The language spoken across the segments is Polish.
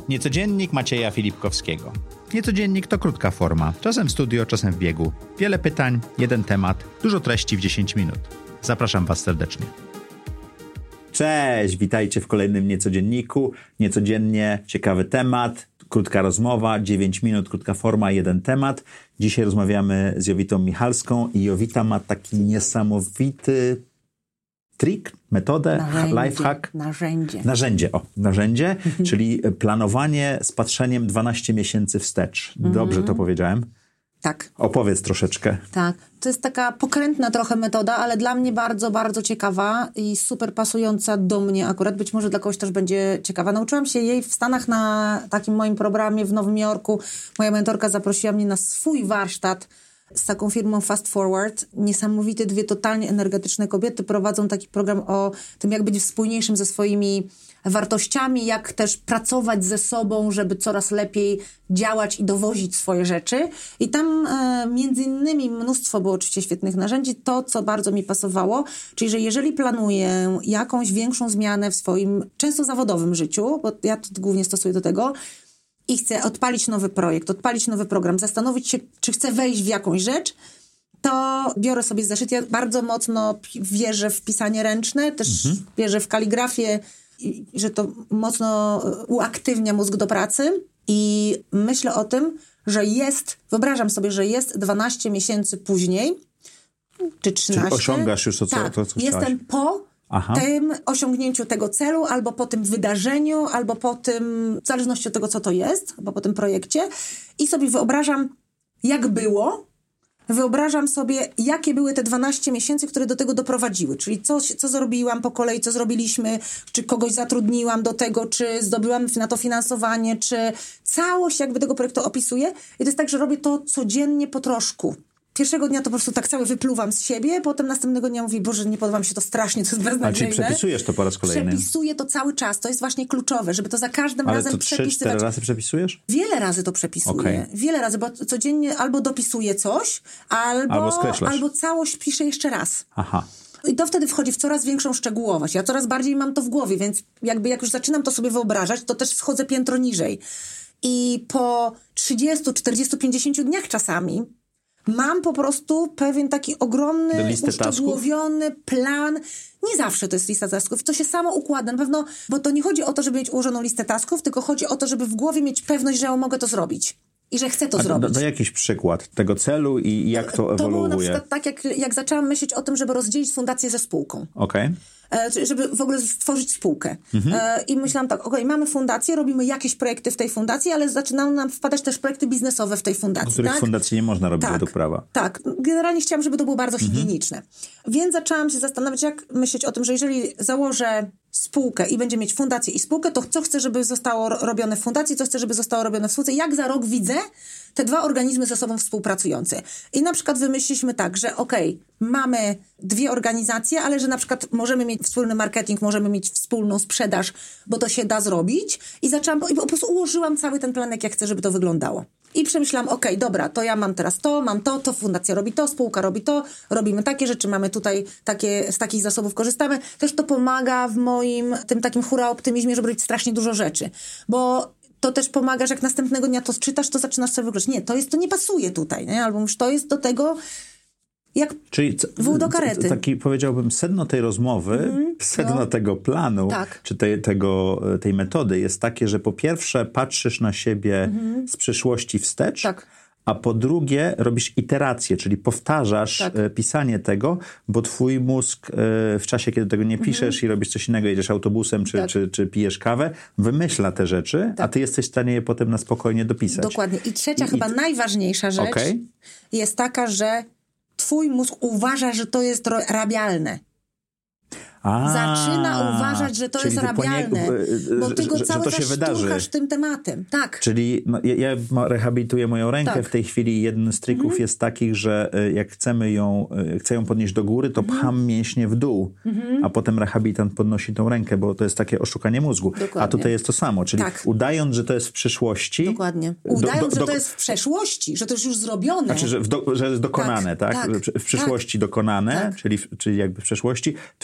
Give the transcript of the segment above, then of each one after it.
Niecodziennik Macieja Filipkowskiego. Niecodziennik to krótka forma, czasem w studio, czasem w biegu. Wiele pytań, jeden temat, dużo treści w 10 minut. Zapraszam Was serdecznie. Cześć, witajcie w kolejnym Niecodzienniku. Niecodziennie ciekawy temat, krótka rozmowa, 9 minut, krótka forma, jeden temat. Dzisiaj rozmawiamy z Jowitą Michalską i Jowita ma taki niesamowity trik, metodę, lifehack. Narzędzie, czyli planowanie z patrzeniem 12 miesięcy wstecz. Dobrze to powiedziałem? Tak. Opowiedz troszeczkę. Tak. To jest taka pokrętna trochę metoda, ale dla mnie bardzo, bardzo ciekawa i super pasująca do mnie akurat. Być może dla kogoś też będzie ciekawa. Nauczyłam się jej w Stanach na takim moim programie w Nowym Jorku. Moja mentorka zaprosiła mnie na swój warsztat z taką firmą Fast Forward. Niesamowite, dwie totalnie energetyczne kobiety prowadzą taki program o tym, jak być spójniejszym ze swoimi wartościami, jak też pracować ze sobą, żeby coraz lepiej działać i dowozić swoje rzeczy. I tam między innymi mnóstwo było oczywiście świetnych narzędzi. To, co bardzo mi pasowało, czyli że jeżeli planuję jakąś większą zmianę w swoim często zawodowym życiu, bo ja to głównie stosuję do tego, i chcę odpalić nowy projekt, odpalić nowy program, zastanowić się, czy chcę wejść w jakąś rzecz, to biorę sobie zeszyt. Ja bardzo mocno wierzę w pisanie ręczne, też wierzę w kaligrafię, że to mocno uaktywnia mózg do pracy i myślę o tym, że wyobrażam sobie, że jest 12 miesięcy później, czy 13. Czyli osiągasz już to, co chciałaś. Jestem po tym osiągnięciu tego celu, albo po tym wydarzeniu, albo po tym, w zależności od tego, co to jest, albo po tym projekcie i sobie wyobrażam, jak było. Wyobrażam sobie, jakie były te 12 miesięcy, które do tego doprowadziły. Czyli co zrobiłam po kolei, co zrobiliśmy, czy kogoś zatrudniłam do tego, czy zdobyłam na to finansowanie, czy całość jakby tego projektu opisuję. I to jest tak, że robię to codziennie po troszku. Pierwszego dnia to po prostu tak cały wypluwam z siebie, potem następnego dnia mówię, Boże, nie podoba mi się to strasznie, to jest beznadziejne. A czyli przepisujesz to po raz kolejny? Przepisuję to cały czas, to jest właśnie kluczowe, żeby to za każdym razem przepisywać. Ale to 3-4 razy przepisujesz? Wiele razy to przepisuję. Okay. Wiele razy, bo codziennie albo dopisuję coś, albo całość piszę jeszcze raz. Aha. I to wtedy wchodzi w coraz większą szczegółowość. Ja coraz bardziej mam to w głowie, więc jakby jak już zaczynam to sobie wyobrażać, to też schodzę piętro niżej. I po 30, 40, 50 dniach czasami mam po prostu pewien taki ogromny, uszczegółowiony plan. Nie zawsze to jest lista tasków. To się samo układa. Na pewno, bo to nie chodzi o to, żeby mieć ułożoną listę tasków, tylko chodzi o to, żeby w głowie mieć pewność, że ja mogę to zrobić. I że chcę to zrobić. Daj jakiś przykład tego celu i jak to ewoluuje. To było na przykład tak, jak zaczęłam myśleć o tym, żeby rozdzielić fundację ze spółką. Okej. Żeby w ogóle stworzyć spółkę. I myślałam tak, mamy fundację, robimy jakieś projekty w tej fundacji, ale zaczynają nam wpadać też projekty biznesowe w tej fundacji. Których fundacji nie można robić według prawa. Tak. Generalnie chciałam, żeby to było bardzo higieniczne. Więc zaczęłam się zastanawiać, jak myśleć o tym, że jeżeli założę spółkę i będzie mieć fundację i spółkę, to co chcę, żeby zostało robione w fundacji, co chcę, żeby zostało robione w spółce. Jak za rok widzę te dwa organizmy ze sobą współpracujące. I na przykład wymyśliliśmy tak, że mamy dwie organizacje, ale że na przykład możemy mieć wspólny marketing, możemy mieć wspólną sprzedaż, bo to się da zrobić. I po prostu ułożyłam cały ten plan, jak chcę, żeby to wyglądało. I przemyślałam, dobra, to ja mam teraz to, mam to fundacja robi to, spółka robi to, robimy takie rzeczy, mamy tutaj z takich zasobów korzystamy. Też to pomaga w moim tym takim hura optymizmie, żeby robić strasznie dużo rzeczy. Bo to też pomaga, że jak następnego dnia to czytasz, to zaczynasz sobie wykluczyć. Nie, to nie pasuje tutaj, nie? Albo już to jest do tego jak wół do karety. Taki powiedziałbym sedno tej rozmowy, sedno tego planu, czy tej metody jest takie, że po pierwsze patrzysz na siebie z przyszłości wstecz, a po drugie robisz iterację, czyli powtarzasz pisanie tego, bo twój mózg w czasie, kiedy tego nie piszesz i robisz coś innego, jedziesz autobusem czy pijesz kawę, wymyśla te rzeczy, a ty jesteś w stanie je potem na spokojnie dopisać. Dokładnie. I trzecia, chyba najważniejsza rzecz jest taka, że twój mózg uważa, że to jest rabialne. Zaczyna uważać, że to jest rabialne, bo ty go cały czas szturchasz tym tematem. Tak. Czyli ja rehabilituję moją rękę w tej chwili. Jeden z trików jest takich, że jak chcę ją podnieść do góry, to pcham mięśnie w dół, a potem rehabilitant podnosi tą rękę, bo to jest takie oszukanie mózgu. Dokładnie. A tutaj jest to samo, czyli udając, że to jest w przyszłości. Dokładnie. Udając, że to jest w przeszłości, że to jest już zrobione. Znaczy, że jest dokonane, tak? W przyszłości dokonane, czyli jakby w przeszłości jesteś w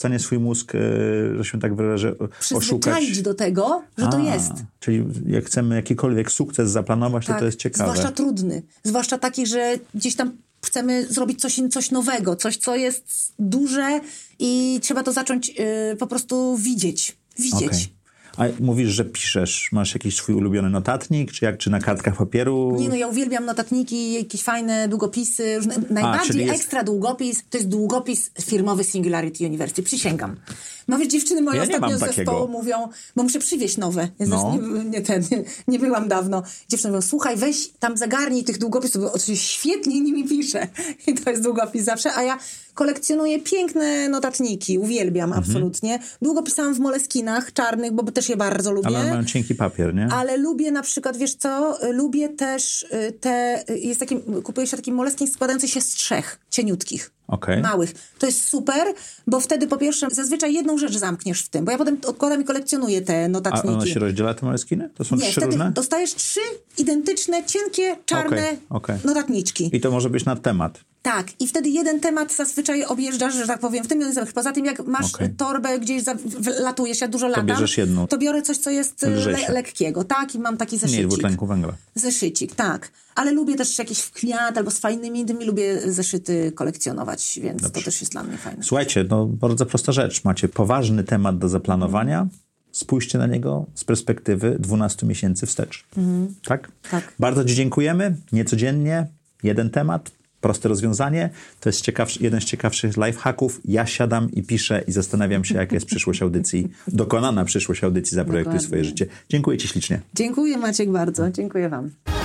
stanie swój mózg, że się tak wyrażę, oszukać. Przyzwyczaić do tego, że to jest. Czyli jak chcemy jakikolwiek sukces zaplanować, to jest ciekawe. Zwłaszcza trudny. Zwłaszcza taki, że gdzieś tam chcemy zrobić coś nowego, coś, co jest duże i trzeba to zacząć po prostu widzieć. Okay. A mówisz, że piszesz, masz jakiś swój ulubiony notatnik, czy na kartkach papieru? Nie, ja uwielbiam notatniki, jakieś fajne długopisy. Najbardziej ekstra długopis to jest długopis firmowy Singularity University, przysięgam. Wiesz, dziewczyny moje ostatnio z zespołu mówią, bo muszę przywieźć nowe. Nie byłam dawno. Dziewczyny mówią, słuchaj, weź tam zagarnij tych długopisów, bo oczywiście świetnie nimi piszę. I to jest długopis zawsze, a ja kolekcjonuję piękne notatniki, uwielbiam absolutnie. Długo pisałam w moleskinach czarnych, bo też je bardzo lubię. Ale mają cienki papier, nie? Ale lubię na przykład, wiesz co, lubię też kupuje się taki moleskin składający się z 3 cieniutkich. Małych. To jest super, bo wtedy po pierwsze zazwyczaj jedną rzecz zamkniesz w tym, bo ja potem odkładam i kolekcjonuję te notatniki. A one się rozdziela, te moleskiny? To są 3 różne? Dostajesz 3 identyczne, cienkie, czarne notatniczki. I to może być na temat. Tak. I wtedy jeden temat zazwyczaj objeżdżasz, że tak powiem, w tym jednym. Poza tym, jak masz torbę, gdzieś latujesz, ja dużo latam, bierzesz jedną. To biorę coś, co jest lekkiego. Tak, i mam taki zeszycik. Nie dwutlenku węgla. Zeszycik, tak. Ale lubię też jakieś w kwiat albo z fajnymi innymi. Lubię zeszyty kolekcjonować, więc to też jest dla mnie fajne. Słuchajcie, bardzo prosta rzecz. Macie poważny temat do zaplanowania. Spójrzcie na niego z perspektywy 12 miesięcy wstecz. Tak? Tak. Bardzo Ci dziękujemy. Niecodziennie, jeden temat. Proste rozwiązanie. To jest jeden z ciekawszych lifehacków. Ja siadam i piszę i zastanawiam się, jaka jest przyszłość audycji, dokonana przyszłość audycji Zaprojektuj swoje życie. Dziękuję Ci ślicznie. Dziękuję Maciek bardzo. Dziękuję Wam.